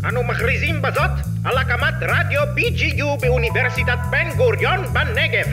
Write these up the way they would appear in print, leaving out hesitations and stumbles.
אנו מכריזים בזאת על הקמת רדיו BGU באוניברסיטת בן גוריון בנגב.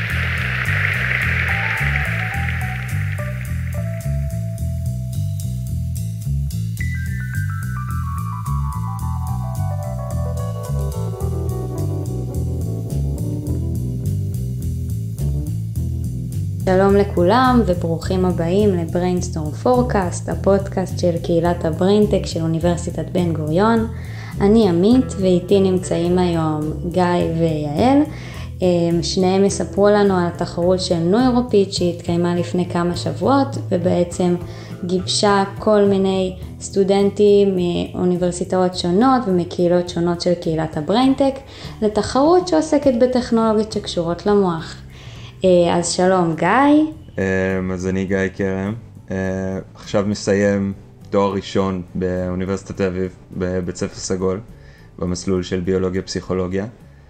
שלום לכולם וברוכים הבאים לבריינסטורם פורקאסט, הפודקאסט של קהילת הבריינטק של אוניברסיטת בן גוריון. אני עמית ואיתי נמצאים היום גיא ויעל. שניהם יספרו לנו על התחרות של נוירופיץ' שהתקיימה לפני כמה שבועות, ובעצם גיבשה כל מיני סטודנטים מאוניברסיטאות שונות ומקהילות שונות של קהילת הבריינטק לתחרות שעוסקת בטכנולוגיות שקשורות למוח. אז שלום גיא. אז אני גיא קרם, עכשיו מסיים תואר ראשון באוניברסיטת תל אביב בבית ספר סגול, במסלול של ביולוגיה פסיכולוגיה.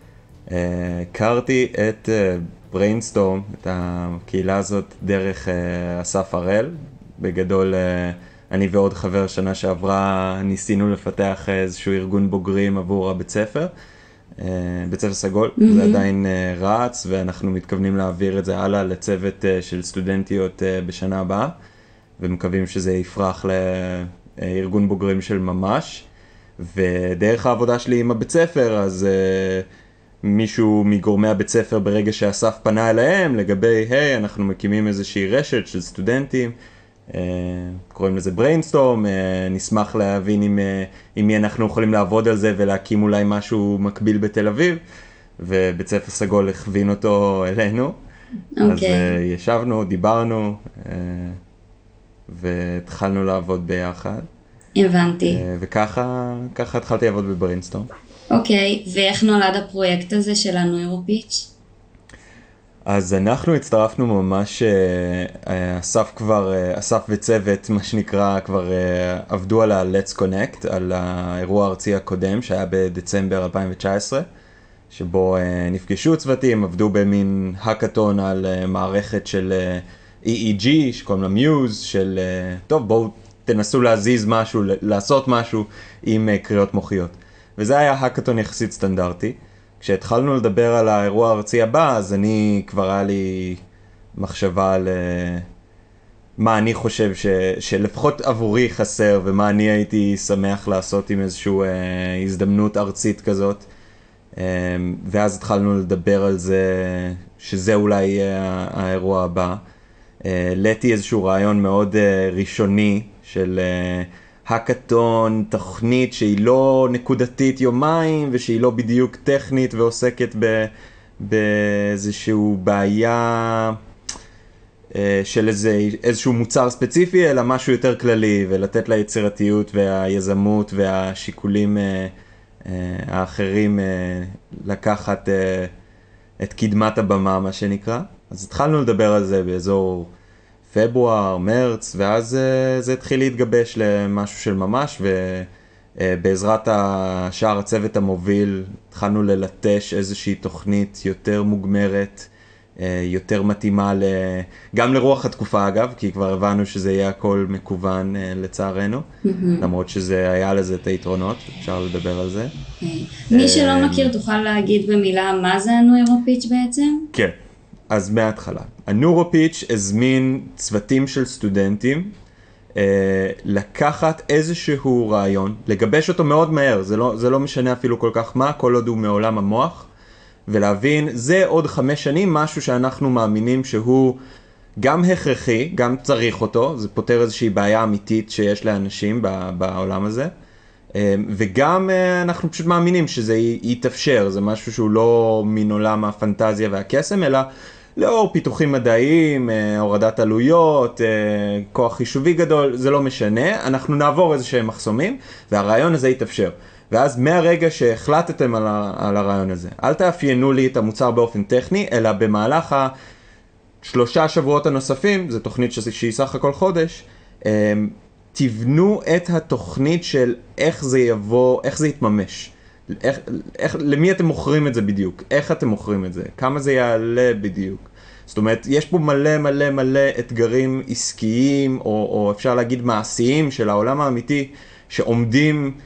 הכרתי את בריינסטורם, את הקהילה הזאת, דרך אסף הראל. בגדול אני ועוד חבר שנה שעברה ניסינו לפתח איזשהו ארגון בוגרים עבור הבית ספר. בית ספר סגול, זה עדיין רץ, ואנחנו מתכוונים להעביר את זה הלאה לצוות של סטודנטיות בשנה הבאה, ומקווים שזה יפרח לארגון בוגרים של ממש. ודרך העבודה שלי עם הבית ספר, אז מישהו מגורמי הבית ספר ברגע שאסף פנה אליהם לגבי, היי, אנחנו מקימים איזושהי רשת של סטודנטים, קוראים לזה בריינסטורם, נשמח להבין עם מי אנחנו יכולים לעבוד על זה ולהקים אולי משהו מקביל בתל אביב, ובית ספר סגול הכווין אותו אלינו. אז ישבנו, דיברנו והתחלנו לעבוד ביחד. הבנתי. וככה התחלתי לעבוד בבריינסטורם. אוקיי, ואיך נולד הפרויקט הזה של הנוירופיץ'? אז אנחנו הצטרפנו ממש, אסף וצוות, מה שנקרא, כבר עבדו על ה-Let's Connect, על האירוע הארצי הקודם שהיה בדצמבר 2019, שבו נפגשו צוותים, עבדו במין האקתון על מערכת של EEG, שקוראים לה Muse, של טוב, בואו תנסו להזיז משהו, לעשות משהו עם קריאות מוחיות. וזה היה האקתון יחסית סטנדרטי. כשהתחלנו לדבר על האירוע הארצי הבא, אז כבר היה לי מחשבה על מה אני חושב שלפחות עבורי חסר, ומה אני הייתי שמח לעשות עם איזושהי הזדמנות ארצית כזאת. ואז התחלנו לדבר על זה, שזה אולי יהיה האירוע הבא. העליתי איזשהו רעיון מאוד ראשוני של האקתון, תוכנית שהיא לא נקודתית יומיים, ושהיא לא בדיוק טכנית ועוסקת באיזשהו בעיה של איזשהו מוצר ספציפי, אלא משהו יותר כללי, ולתת לה יצירתיות והיזמות והשיקולים האחרים לקחת את קדמת הבמה, מה שנקרא. אז התחלנו לדבר על זה באזור פברואר, מרץ, ואז זה התחיל להתגבש למשהו של ממש, ובעזרת השאר הצוות המוביל התחלנו ללטש איזושהי תוכנית יותר מוגמרת, יותר מתאימה גם לרוח התקופה אגב, כי כבר הבנו שזה יהיה הכל מקוון לצערנו, למרות שזה היה לזה את היתרונות, אפשר לדבר על זה. מי שלא מכיר, תוכל להגיד במילה מה זה הנוירופיץ' בעצם? כן. אז מההתחלה, הנוירופיץ' הזמין צוותים של סטודנטים לקחת איזשהו רעיון, לגבש אותו מאוד מהר, זה לא משנה אפילו כל כך מה, כל עוד הוא מעולם המוח, ולהבין, זה עוד 5 שנים משהו שאנחנו מאמינים שהוא גם הכרחי, גם צריך אותו, זה פותר איזושהי בעיה אמיתית שיש לאנשים בעולם הזה, וגם אנחנו פשוט מאמינים שזה יתאפשר, זה משהו שהוא לא מן עולם הפנטזיה והקסם, אלא לאור פיתוחים מדעיים, הורדת עלויות, כוח חישובי גדול, זה לא משנה, אנחנו נעבור איזה שהם מחסומים, והרעיון הזה יתאפשר. ואז מהרגע שהחלטתם על הרעיון הזה, אל תאפיינו לי את המוצר באופן טכני, אלא במהלך 3 שבועות הנוספים, זו תוכנית שהיא סך הכל חודש, תבנו את התוכנית של איך זה יבוא, איך זה יתממש. למי אתם מוכרים את זה בדיוק? איך אתם מוכרים את זה? כמה זה יעלה בדיוק? זאת אומרת, יש פה מלא אתגרים עסקיים, או אפשר להגיד מעשיים של העולם האמיתי, שעומדים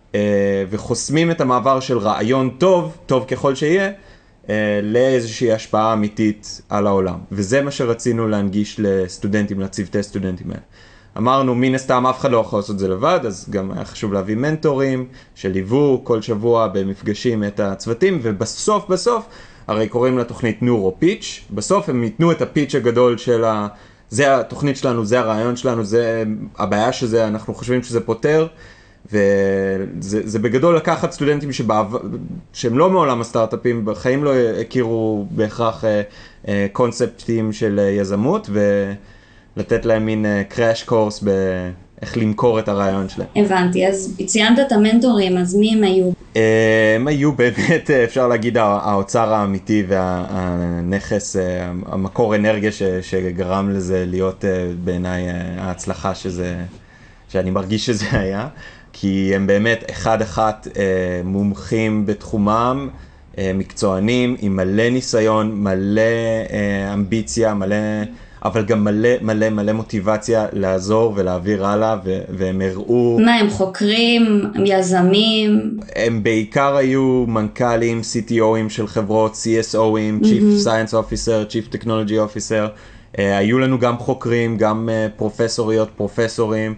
וחוסמים את המעבר של רעיון טוב, טוב ככל שיהיה, לאיזושהי השפעה אמיתית על העולם. וזה מה שרצינו להנגיש לסטודנטים, לצוותי סטודנטים האלה. אמרנו, מן הסתם אף אחד לא יכול לעשות את זה לבד, אז גם היה חשוב להביא מנטורים שליוו כל שבוע במפגשים את הצוותים, ובסוף, הרי קוראים לתוכנית נורו פיץ', בסוף הם ייתנו את הפיץ' הגדול של זה התוכנית שלנו, זה הרעיון שלנו, זה הבעיה שזה, אנחנו חושבים שזה פותר, וזה בגדול לקחת סטודנטים שהם לא מעולם הסטארט-אפים, בחיים לא הכירו בהכרח קונספטים של יזמות, ולתת להם מין קראש קורס באיך למכור את הרעיון שלהם. הבנתי, אז ציינת את המנטורים, אז מי הם היו? הם היו באמת, אפשר להגיד, האוצר האמיתי והנכס, המקור אנרגיה שגרם לזה להיות בעיניי ההצלחה שאני מרגיש שזה היה. כי הם באמת אחד מומחים בתחומם, מקצוענים, עם מלא ניסיון, מלא אמביציה, אבל גם מלא מוטיבציה לעזור ולהעביר הלאה, והם הראו... מה, הם חוקרים, הם יזמים? הם בעיקר היו מנכ"לים, CTOים של חברות, CSOים, Chief Science Officer, Chief Technology Officer, היו לנו גם חוקרים, גם פרופסוריות, פרופסורים,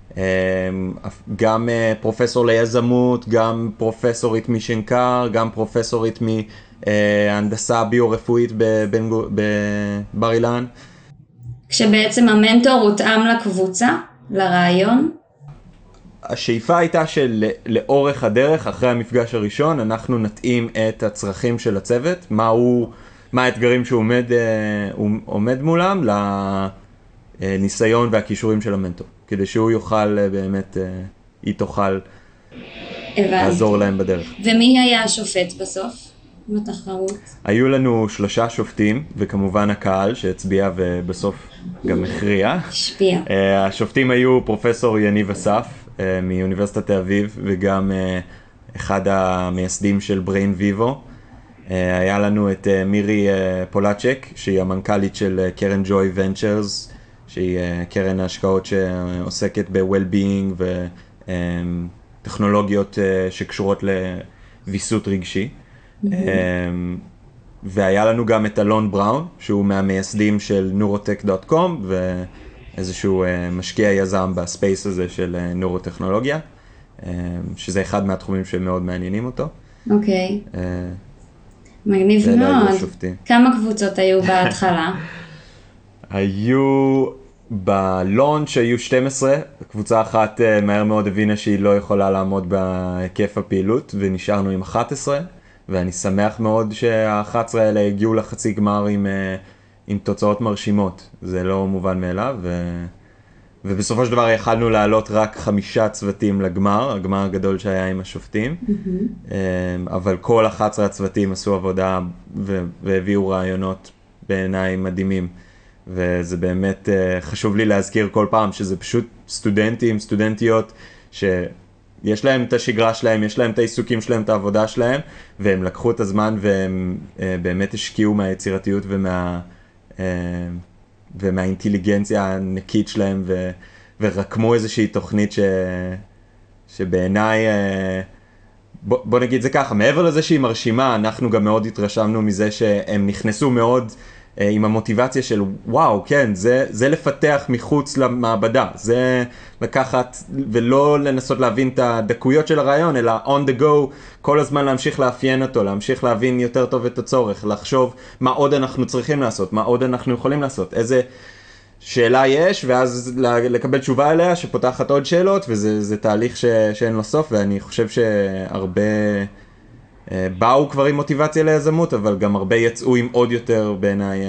גם פרופסור ליזמות, גם פרופסורית משנקר, גם פרופסורית מהנדסה ביו-רפואית בבר אילן. כשבעצם המנטור הותאם לקבוצה, לרעיון? השאיפה הייתה שלאורך הדרך, אחרי המפגש הראשון, אנחנו נתאים את הצרכים של הצוות, מה האתגרים שהוא עומד מולם, לניסיון והכישורים של המנטור. כדי שהוא יוכל באמת, היא תוכל לעזור להם בדרך. ומי היה השופט בסוף בתחרות? היו לנו 3 שופטים, וכמובן הקהל שהצביע ובסוף גם הכריע. השפיע. השופטים היו פרופסור יניב אסף מאוניברסיטת תל אביב, וגם אחד המייסדים של בריין ויבו. היה לנו את מירי פולצ'ק, שהיא המנכ"לית של קרן ג'וי ונצ'רס, שהיא קרן ההשקעות שעוסקת ב-well-being וטכנולוגיות שקשורות לוויסות רגשי. והיה לנו גם את אלון בראון, שהוא מהמייסדים של neurotech.com, ואיזשהו משקיע יזם בספייס הזה של נורוטכנולוגיה, שזה אחד מהתחומים שמאוד מעניינים אותו. אוקיי. מגניב מאוד. כמה קבוצות היו בהתחלה? היו בלונץ' היו 12, קבוצה אחת מהר מאוד הבינה שהיא לא יכולה לעמוד בהיקף הפעילות, ונשארנו עם 11, ואני שמח מאוד שה-11 האלה הגיעו לחצי גמר עם תוצאות מרשימות. זה לא מובן מאליו, ובסופו של דבר יכלנו לעלות רק 5 צוותים לגמר, הגמר הגדול שהיה עם השופטים, אבל כל 11 הצוותים עשו עבודה והביאו רעיונות בעיניי מדהימים. וזה באמת חשוב לי להזכיר כל פעם שזה פשוט סטודנטים, סטודנטיות, שיש להם את השגרה שלהם, יש להם את העיסוקים שלהם, את העבודה שלהם, והם לקחו את הזמן והם באמת השקיעו מהיצירתיות ומהאינטליגנציה הנקית שלהם, ורקמו איזושהי תוכנית שבעיניי, בוא נגיד זה ככה, מעבר לזה שהיא מרשימה, אנחנו גם מאוד התרשמנו מזה שהם נכנסו מאוד עם המוטיבציה של וואו, כן, זה לפתח מחוץ למעבדה, זה לקחת ולא לנסות להבין את הדקויות של הרעיון, אלא on the go, כל הזמן להמשיך לאפיין אותו, להמשיך להבין יותר טוב את הצורך, לחשוב מה עוד אנחנו צריכים לעשות, מה עוד אנחנו יכולים לעשות, איזה שאלה יש, ואז לקבל תשובה אליה שפותחת עוד שאלות, וזה תהליך שאין לו סוף, ואני חושב שהרבה באו כבר עם מוטיבציה ליזמות, אבל גם הרבה יצאו עם עוד יותר בעיניי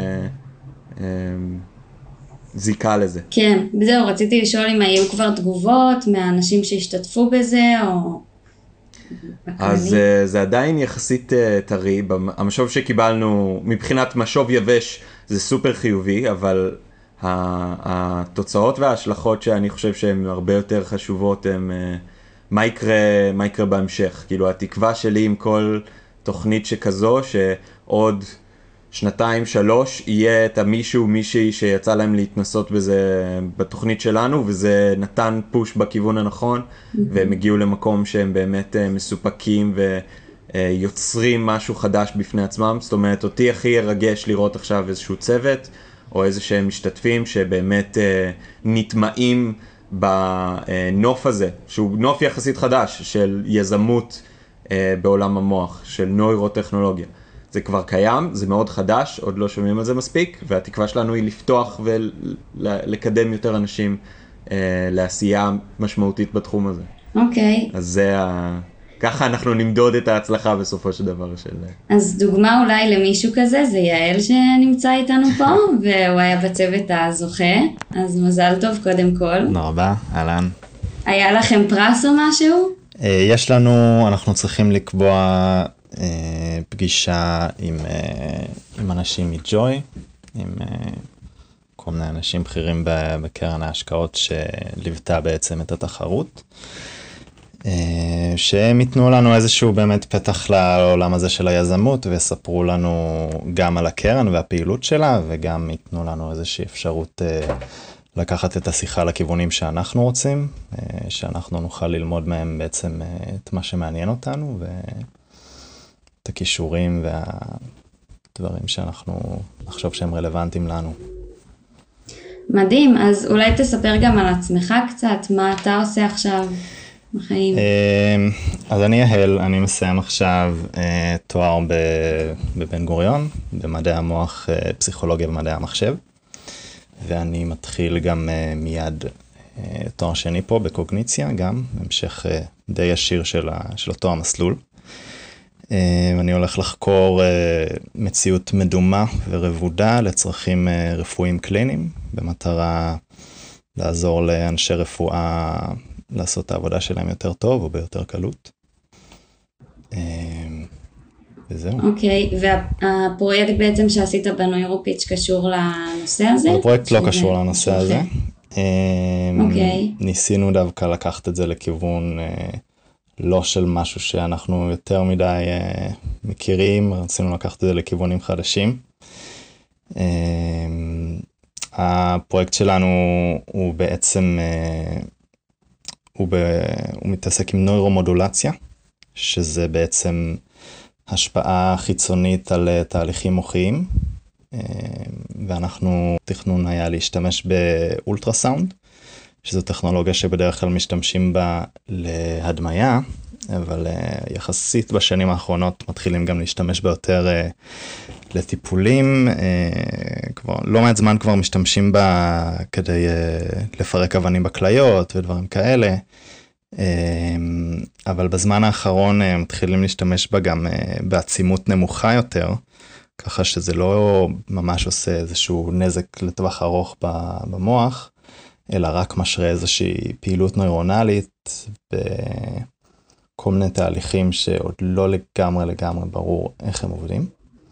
זיקה לזה. כן, בזהו, רציתי לשאול אם היו כבר תגובות מהאנשים שהשתתפו בזה, או... אז זה עדיין יחסית טרי, המשוב שקיבלנו מבחינת משוב יבש זה סופר חיובי, אבל התוצאות וההשלכות שאני חושב שהן הרבה יותר חשובות הן מה יקרה בהמשך. כאילו התקווה שלי עם כל תוכנית שכזו, שעוד שנתיים, 3, יהיה את מישהי שיצא להם להתנסות בזה בתוכנית שלנו, וזה נתן פוש בכיוון הנכון, והם הגיעו למקום שהם באמת מסופקים ויוצרים משהו חדש בפני עצמם. זאת אומרת, אותי הכי ירגש לראות עכשיו איזשהו צוות, או איזה שהם משתתפים שבאמת נטמעים בנוף הזה, שהוא נוף יחסית חדש של יזמות בעולם המוח, של נוירוטכנולוגיה. זה כבר קיים, זה מאוד חדש, עוד לא שומעים על זה מספיק, והתקווה שלנו היא לפתוח ולקדם יותר אנשים לעשייה משמעותית בתחום הזה. אוקיי. אז ככה אנחנו נמדוד את ההצלחה בסופו של דבר של... אז דוגמה אולי למישהו כזה, זה יעל שנמצא איתנו פה, והוא היה בצוות הזוכה, אז מזל טוב קודם כל. תודה רבה, אהלן. היה לכם פרס או משהו? יש לנו, אנחנו צריכים לקבוע פגישה עם אנשים מג'וי, עם כל מיני אנשים בכירים בקרן ההשקעות שליוותה בעצם את התחרות. שהם ייתנו לנו איזשהו באמת פתח לעולם הזה של היזמות, ויספרו לנו גם על הקרן והפעילות שלה, וגם ייתנו לנו איזושהי אפשרות לקחת את השיחה לכיוונים שאנחנו רוצים, שאנחנו נוכל ללמוד מהם בעצם את מה שמעניין אותנו, ואת הכישורים והדברים שאנחנו נחשוב שהם רלוונטיים לנו. מדהים, אז אולי תספר גם על עצמך קצת, מה אתה עושה עכשיו בחיים? אז אני יהל, אני מסיים עכשיו תואר בבן גוריון, במדעי המוח, פסיכולוגיה ומדעי המחשב, ואני מתחיל גם מיד תואר שני פה בקוגניציה, גם המשך די ישיר של אותו המסלול. אני הולך לחקור מציאות מדומה ורבודה לצרכים רפואיים קליניים, במטרה לעזור לאנשי רפואה לעשות את העבודה שלהם יותר טוב או ביותר קלות. וזהו. אוקיי, והפרויקט בעצם שעשית בנוירופיץ' קשור לנושא הזה? הפרויקט לא קשור לנושא הזה. אוקיי. ניסינו דווקא לקחת את זה לכיוון לא של משהו שאנחנו יותר מדי מכירים, רצינו לקחת את זה לכיוונים חדשים. הפרויקט שלנו הוא בעצם, הוא מתעסק עם נוירומודולציה, שזה בעצם השפעה חיצונית על תהליכים מוחיים, ואנחנו, תכנון היה להשתמש באולטרסאונד, שזו טכנולוגיה שבדרך כלל משתמשים בה להדמיה, אבל יחסית בשנים האחרונות מתחילים גם להשתמש בה יותר לטיפולים, כבר לא מעט זמן כבר משתמשים בה כדי לפרק אבנים בכליות ודברים כאלה, אבל בזמן האחרון מתחילים להשתמש בה גם בעצימות נמוכה יותר, ככה שזה לא ממש עושה איזשהו נזק לטווח ארוך במוח, אלא רק משרה איזושהי פעילות נוירונלית בכל מיני תהליכים שעוד לא לגמרי ברור איך הם עובדים.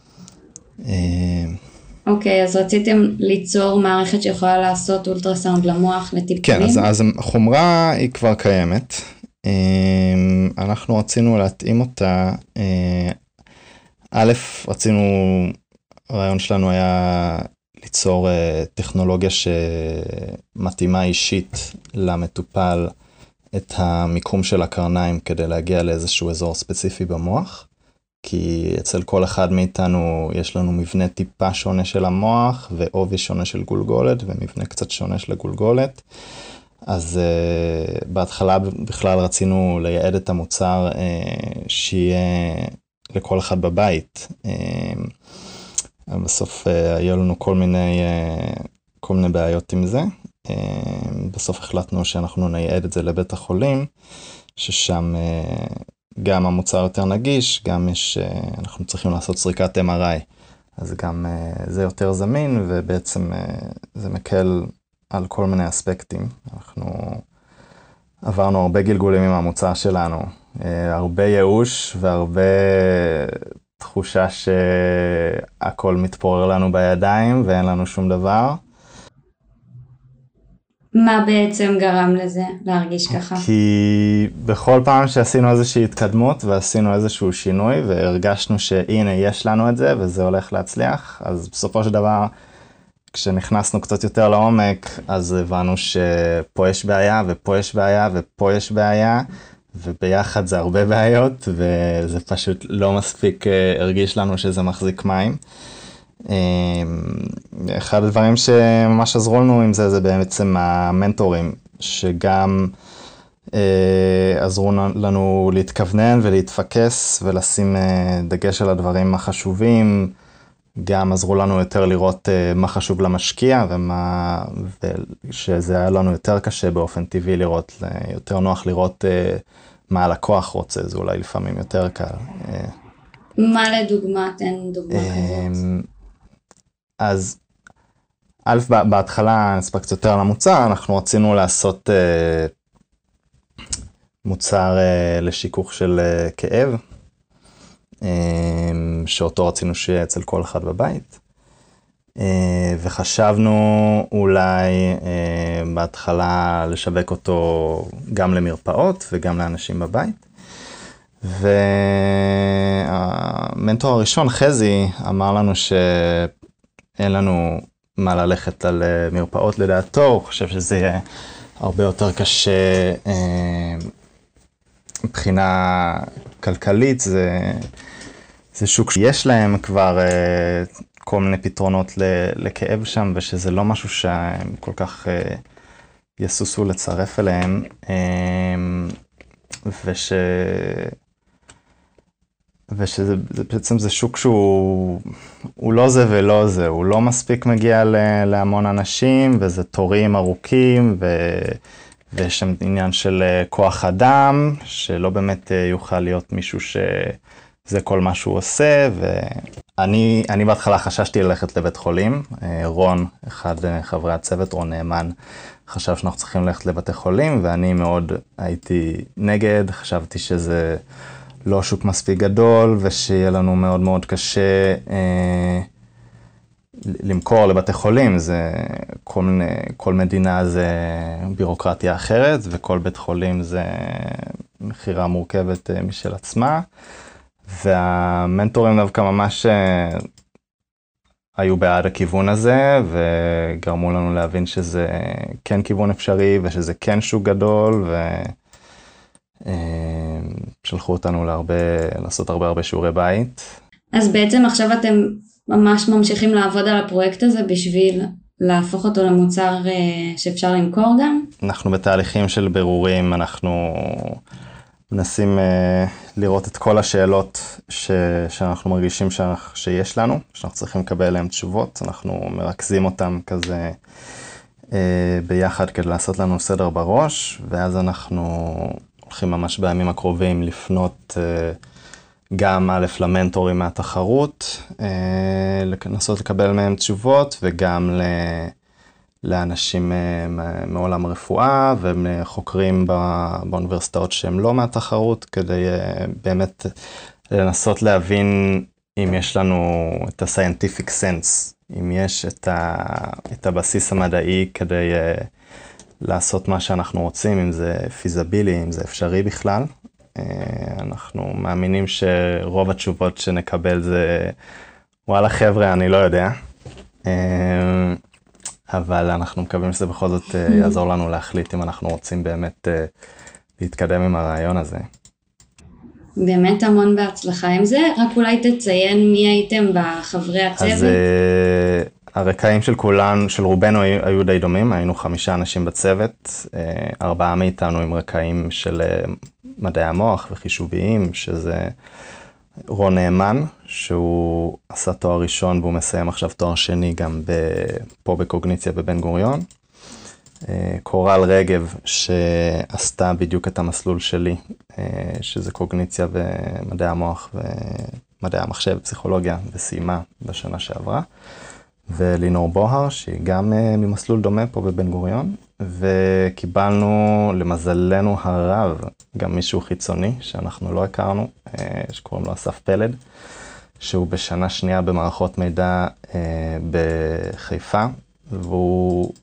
אוקיי, אז רציתם ליצור מערכת שיכולה לעשות אולטרסאונד למוח לטיפולים? כן, אז החומרה היא כבר קיימת. אנחנו רצינו להתאים אותה. א', הרעיון שלנו היה ליצור טכנולוגיה שמתאימה אישית למטופל את המיקום של הקרניים כדי להגיע לאיזשהו אזור ספציפי במוח, כי אצל כל אחד מאיתנו יש לנו מבנה טיפה שונה של המוח ועובי שונה של גולגולת ומבנה קצת שונה של הגולגולת. אז בהתחלה בכלל רצינו לייעד את המוצר שיהיה לכל אחד בבית. בסוף היו לנו כל מיני בעיות עם זה. בסוף החלטנו שאנחנו נייעד את זה לבית החולים, ששם גם המוצר יותר נגיש, גם אנחנו צריכים לעשות סריקת MRI. אז גם זה יותר זמין, ובעצם זה מקל על כל מיני אספקטים. אנחנו עברנו הרבה גלגולים עם המוצר שלנו, הרבה ייאוש והרבה תחושה שהכל מתפורר לנו בידיים ואין לנו שום דבר. מה בעצם גרם לזה, להרגיש ככה? כי בכל פעם שעשינו איזושהי התקדמות ועשינו איזשהו שינוי והרגשנו שהנה יש לנו את זה וזה הולך להצליח, אז בסופו של דבר כשנכנסנו קצת יותר לעומק אז הבנו שפה יש בעיה ופה יש בעיה ופה יש בעיה וביחד זה הרבה בעיות וזה פשוט לא מספיק הרגיש לנו שזה מחזיק מים. אחד הדברים שממש עזרו לנו עם זה, זה בעצם המנטורים, שגם עזרו לנו להתכוונן ולהתפקס ולשים דגש על הדברים החשובים, גם עזרו לנו יותר לראות מה חשוב למשקיע ושזה היה לנו יותר קשה באופן טבעי לראות, יותר נוח לראות מה הלקוח רוצה, זה אולי לפעמים יותר קל. מה לדוגמה, תן דוגמה כזאת. אז א', בהתחלה נספקת יותר למוצר, אנחנו רצינו לעשות מוצר לשיכוך של כאב, שאותו רצינו שיהיה אצל כל אחד בבית, וחשבנו אולי בהתחלה לשווק אותו גם למרפאות וגם לאנשים בבית. והמנטור הראשון, חזי, אמר לנו שאין לנו מה ללכת על מרפאות לדעתו, הוא חושב שזה יהיה הרבה יותר קשה מבחינה כלכלית, זה שוק שיש להם כבר כל מיני פתרונות לכאב שם, ושזה לא משהו שהם כל כך יסוסו לצרף אליהם, ושזה בעצם זה שוק שהוא לא זה ולא זה, הוא לא מספיק מגיע להמון אנשים, וזה תורים ארוכים, ויש שם עניין של כוח אדם, שלא באמת יוכל להיות מישהו שזה כל מה שהוא עושה, ואני בהתחלה חששתי ללכת לבית חולים, רון, אחד חברי הצוות, רון נאמן, חשב שאנחנו צריכים ללכת לבתי חולים, ואני מאוד הייתי נגד, חשבתי שזה לא שוק מספיק גדול, ושיהיה לנו מאוד מאוד קשה למכור לבתי חולים. זה כל מדינה זה בירוקרטיה אחרת, וכל בית חולים זה מחירה מורכבת משל עצמה. והמנטורים דווקא ממש היו בעד הכיוון הזה, וגרמו לנו להבין שזה כן כיוון אפשרי, ושזה כן שוק גדול, שלחו אותנו לעשות הרבה שיעורי בית. אז בעצם עכשיו אתם ממש ממשיכים לעבוד על הפרויקט הזה בשביל להפוך אותו למוצר שאפשר למכור גם? אנחנו בתהליכים של בירורים, אנחנו מנסים לראות את כל השאלות שאנחנו מרגישים שיש לנו, שאנחנו צריכים לקבל עליהן תשובות, אנחנו מרכזים אותם כזה ביחד כדי לעשות לנו סדר בראש, ואז אנחנו הולכים ממש בימים הקרובים לפנות גם א' למנטורים מהתחרות, לנסות לקבל מהם תשובות, וגם לאנשים מעולם הרפואה, וחוקרים באוניברסיטאות שהם לא מהתחרות, כדי באמת לנסות להבין אם יש לנו את ה-scientific sense, אם יש את הבסיס המדעי כדי לעשות מה שאנחנו רוצים, אם זה פיזבילי, אם זה אפשרי בכלל. אנחנו מאמינים שרוב התשובות שנקבל זה, וואלה חבר'ה, אני לא יודע. אבל אנחנו מקווים שזה בכל זאת יעזור לנו להחליט אם אנחנו רוצים באמת להתקדם עם הרעיון הזה. באמת המון בהצלחה עם זה, רק אולי תציין מי הייתם בחברי הצוות. אז הרקעים של רובנו היו די דומים, היינו 5 אנשים בצוות, 4 מאיתנו עם רקעים של מדעי המוח וחישוביים, שזה רון נאמן, שהוא עשה תואר ראשון והוא מסיים עכשיו תואר שני גם פה בקוגניציה בבן גוריון. קורל רגב שעשתה בדיוק את המסלול שלי, שזה קוגניציה ומדעי המוח ומדעי המחשב, פסיכולוגיה, וסיימה בשנה שעברה. ולינור בוהר, שהיא גם ממסלול דומה פה בבן גוריון, וקיבלנו למזלנו הרב גם מישהו חיצוני שאנחנו לא הכרנו, שקוראים לו אסף פלד, שהוא בשנה שנייה במערכות מידע בחיפה, והוא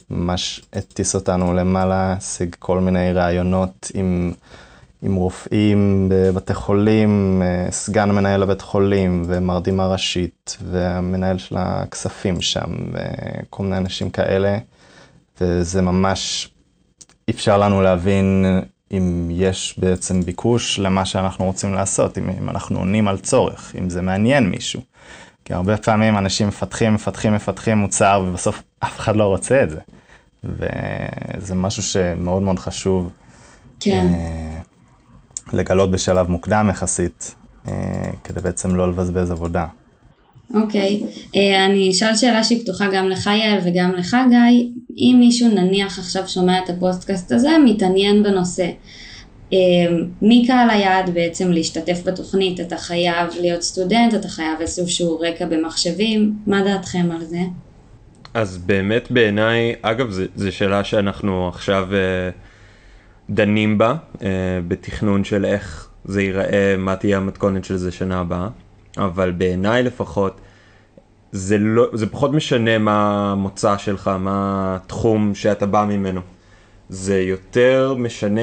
ממש הטיס אותנו למעלה, השיג כל מיני רעיונות עם רופאים בבתי חולים, סגן מנהל הבית חולים ומרדימה ראשית והמנהל של הכספים שם וכל מיני אנשים כאלה. וזה ממש אפשר לנו להבין אם יש בעצם ביקוש למה שאנחנו רוצים לעשות, אם אנחנו עונים על צורך, אם זה מעניין מישהו. כי הרבה פעמים אנשים מפתחים מוצר ובסוף אף אחד לא רוצה את זה. וזה משהו שמאוד מאוד חשוב. כן. לגלות בשלב מוקדם יחסית, כדי בעצם לא לבזבז עבודה. אוקיי, אני אשאל שאלה שהיא פתוחה גם לך יעל וגם לך גיא. אם מישהו נניח עכשיו שומע את הפודקאסט הזה, מתעניין בנושא, מי קהל היעד בעצם להשתתף בתוכנית? אתה חייב להיות סטודנט, אתה חייב איזשהו רקע במחשבים, מה דעתכם על זה? אז באמת בעיניי, אגב, זו שאלה שאנחנו עכשיו דנים בה, בתכנון של איך זה ייראה, מה תהיה המתכונת של זה שנה הבאה, אבל בעיניי לפחות, זה פחות משנה מה המוצא שלך, מה התחום שאתה בא ממנו. זה יותר משנה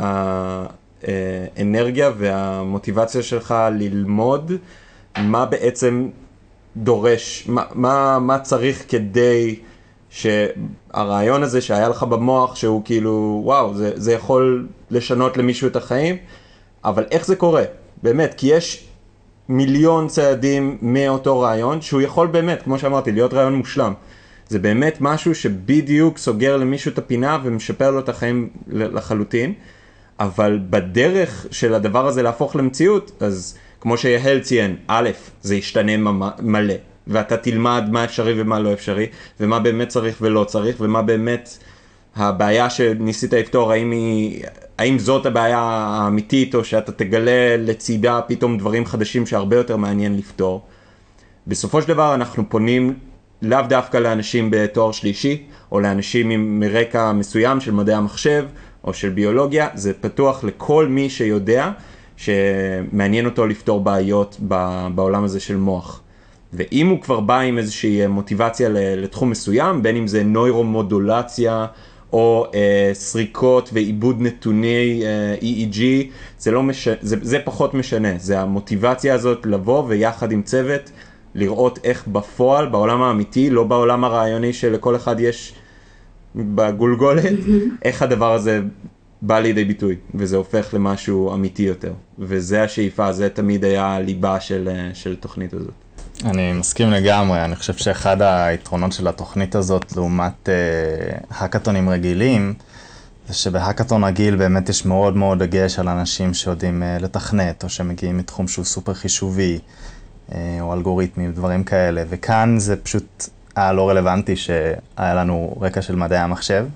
האנרגיה והמוטיבציה שלך ללמוד מה בעצם דורש, מה צריך כדי שהרעיון הזה שהיה לך במוח שהוא כאילו וואו, זה יכול לשנות למישהו את החיים, אבל איך זה קורה? באמת, כי יש מיליון צעדים מאותו רעיון שהוא יכול באמת, כמו שאמרתי, להיות רעיון מושלם. זה באמת משהו שבדיוק סוגר למישהו את הפינה ומשפר לו את החיים לחלוטין, אבל בדרך של הדבר הזה להפוך למציאות, אז כמו שיהל ציין, א', זה ישתנה מלא, ואתה תלמד מה אפשרי ומה לא אפשרי, ומה באמת צריך ולא צריך, ומה באמת הבעיה שניסית לפתור, האם זאת הבעיה האמיתית, או שאתה תגלה לצידה פתאום דברים חדשים שהרבה יותר מעניין לפתור. בסופו של דבר אנחנו פונים לאו דווקא לאנשים בתואר שלישי, או לאנשים מרקע מסוים של מדעי המחשב, או של ביולוגיה, זה פתוח לכל מי שיודע שמעניין אותו לפתור בעיות בעולם הזה של מוח. ואם הוא כבר בא עם איזושהי מוטיבציה לתחום מסוים, בין אם זה נוירומודולציה, או סריקות ועיבוד נתוני EEG, זה פחות משנה. זה המוטיבציה הזאת לבוא ויחד עם צוות, לראות איך בפועל, בעולם האמיתי, לא בעולם הרעיוני שלכל אחד יש בגולגולת, איך הדבר הזה בא לידי ביטוי, וזה הופך למשהו אמיתי יותר. וזה השאיפה, זה תמיד היה הליבה של תוכנית הזאת. אני מסכים לגמרי, אני חושב שאחד היתרונות של התוכנית הזאת לעומת האקתונים רגילים, זה שבהאקתון רגיל באמת יש מאוד מאוד דגש על אנשים שיודעים לתכנת, או שמגיעים מתחום שהוא סופר חישובי, או אלגוריתמים, דברים כאלה, וכאן זה פשוט היה לא רלוונטי שהיה לנו רקע של מדעי המחשב,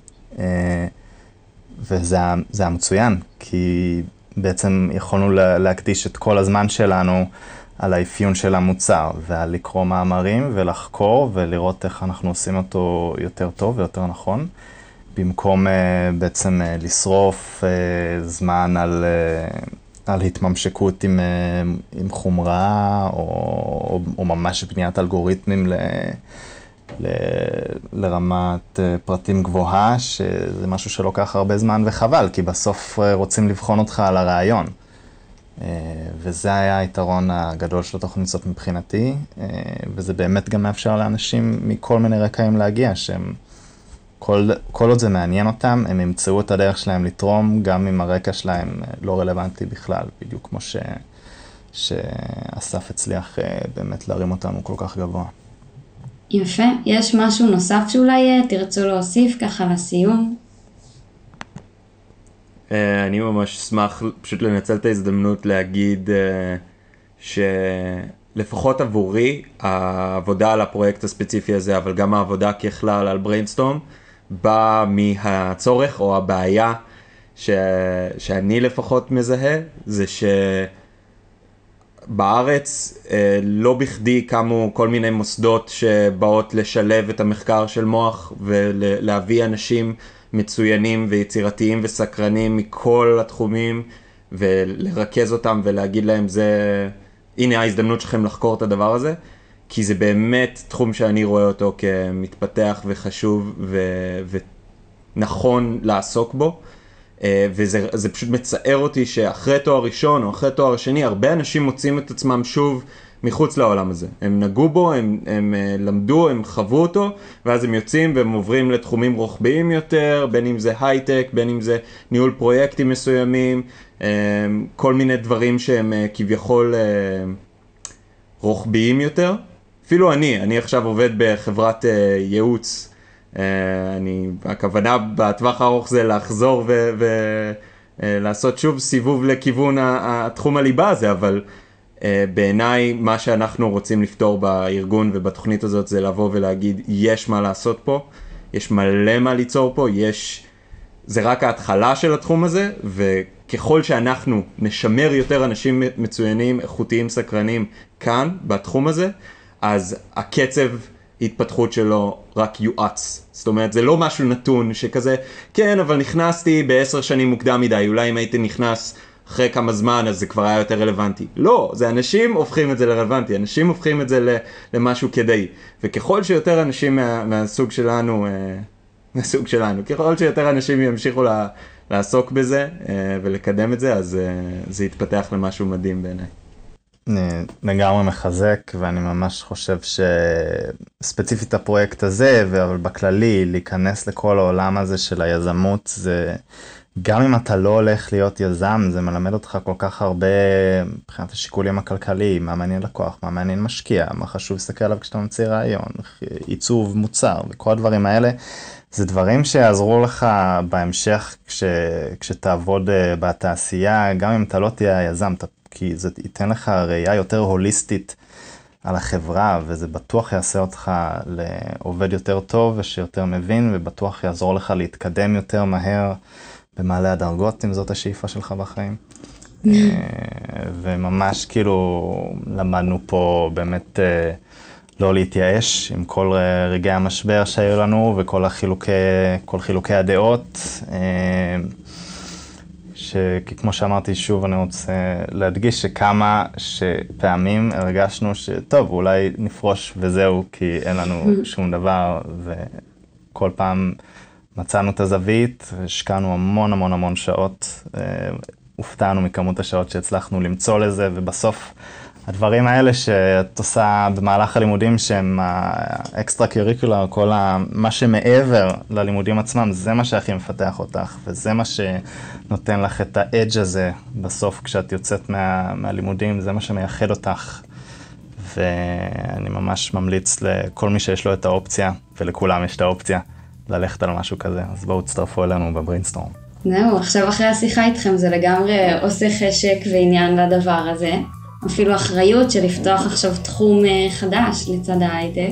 וזה היה מצוין, כי בעצם יכולנו להקדיש את כל הזמן שלנו על האפיון של המוצר, ועל לקרוא מאמרים ולחקור ולראות איך אנחנו עושים אותו יותר טוב ויותר נכון, במקום בעצם לשרוף זמן על התממשקות עם חומרה, או ממש בניית אלגוריתמים לרמת פרטים גבוהה, שזה משהו שלוקח הרבה זמן וחבל, כי בסוף רוצים לבחון אותך על הרעיון. וזה היה היתרון הגדול של התוכנית הזאת מבחינתי, וזה באמת גם מאפשר לאנשים מכל מיני רקעים להגיע, שהם כל עוד זה מעניין אותם, הם ימצאו את הדרך שלהם לתרום, גם אם הרקע שלהם לא רלוונטי בכלל, בדיוק כמו שאסף הצליח באמת להרים אותנו כל כך גבוה. יפה, יש משהו נוסף שאולי תרצו להוסיף ככה לסיום? אני ממש אשמח פשוט לנצל את ההזדמנות להגיד שלפחות עבורי העבודה על הפרויקט הספציפי הזה, אבל גם העבודה ככלל על בריינסטורם, באה מהצורך או הבעיה שאני לפחות מזהה, זה שבארץ לא בכדי קמו כל מיני מוסדות שבאות לשלב את המחקר של מוח ולהביא אנשים מצוינים ויצירתיים וסקרנים מכל התחומים, ולרכז אותם ולהגיד להם הנה ההזדמנות שלכם לחקור את הדבר הזה, כי זה באמת תחום שאני רואה אותו כמתפתח וחשוב ונכון לעסוק בו. וזה פשוט מצער אותי שאחרי תואר ראשון או אחרי תואר שני, הרבה אנשים מוצאים את עצמם שוב מחוץ לעולם הזה. הם נגעו בו, הם למדו, הם חוו אותו, ואז הם יוצאים והם עוברים לתחומים רוחביים יותר, בין אם זה הייטק, בין אם זה ניהול פרויקטים מסוימים, כל מיני דברים שהם כביכול רוחביים יותר. אפילו אני עכשיו עובד בחברת ייעוץ, הכוונה בטווח הארוך זה לחזור ולעשות שוב סיבוב לכיוון התחום הליבה הזה, אבל בעיניי מה שאנחנו רוצים לפתור בארגון ובתוכנית הזאת זה לבוא ולהגיד יש מה לעשות פה, יש מלא מה ליצור פה, זה רק ההתחלה של התחום הזה, וככל שאנחנו נשמר יותר אנשים מצוינים, איכותיים, סקרנים כאן בתחום הזה, אז הקצב התפתחות שלו רק יואץ. זאת אומרת, זה לא משהו נתון שכזה, כן, אבל נכנסתי ב10 שנים מוקדם מדי, אולי אם הייתי נכנס אחרי כמה זמן, אז זה כבר היה יותר רלוונטי. לא, זה אנשים הופכים את זה לרלוונטי, אנשים הופכים את זה למשהו כדאי. וככל שיותר אנשים מהסוג שלנו, ככל שיותר אנשים ימשיכו לעסוק בזה ולקדם את זה, אז זה יתפתח למשהו מדהים בעיניי. אני לגמרי מחזק, ואני ממש חושב שספציפית הפרויקט הזה, אבל בכללי, להיכנס לכל העולם הזה של היזמות, זה גם אם אתה לא הולך להיות יזם, זה מלמד אותך כל כך הרבה מבחינת השיקולים הכלכליים, מה מעניין לקוח, מה מעניין משקיע, מה חשוב להסתכל עליו כשאתה ממציא רעיון, עיצוב מוצר, וכל הדברים האלה, זה דברים שיעזרו לך בהמשך כשתעבוד בתעשייה, גם אם אתה לא תהיה היזם, כי זה ייתן לך ראייה יותר הוליסטית על החברה, וזה בטוח יעשה אותך לעובד יותר טוב ושיותר מבין, ובטוח יעזור לך להתקדם יותר מהר במעלה הדרגות, אם זאת השאיפה שלך בחיים. וממש כאילו למדנו פה באמת לא להתייאש עם כל רגעי המשבר שהיו לנו, וכל חילוקי הדעות. שכמו שאמרתי שוב, אני רוצה להדגיש שכמה שפעמים הרגשנו שטוב, אולי נפרוש וזהו, כי אין לנו שום דבר, וכל פעם מצאנו את הזווית, השקענו המון שעות, הופתענו מכמות השעות שהצלחנו למצוא לזה, ובסוף הדברים האלה שאת עושה במהלך הלימודים שהם האקסטרה קוריקולר, כל מה שמעבר ללימודים עצמם, זה מה שהכי מפתח אותך, וזה מה שנותן לך את האדג' הזה בסוף כשאת יוצאת מהלימודים, זה מה שמייחד אותך. ואני ממש ממליץ לכל מי שיש לו את האופציה, ולכולם יש את האופציה, ללכת על משהו כזה. אז בואו תצטרפו אלינו בבריינסטורם. זהו, עכשיו אחרי השיחה איתכם זה לגמרי עושה חשק ועניין לדבר הזה. אפילו אחריות של לפתוח עכשיו תחום חדש לצד ההייטק.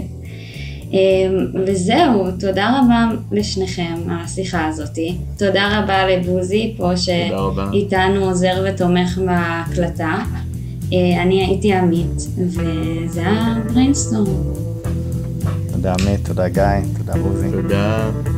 וזהו, תודה רבה לשניכם על השיחה הזאת. תודה רבה לבוזי פה שאיתנו עוזר ותומך בהקלטה. אני הייתי עמית, וזה היה בריינסטורם. תודה עמית, תודה גיא, תודה בוזי. תודה.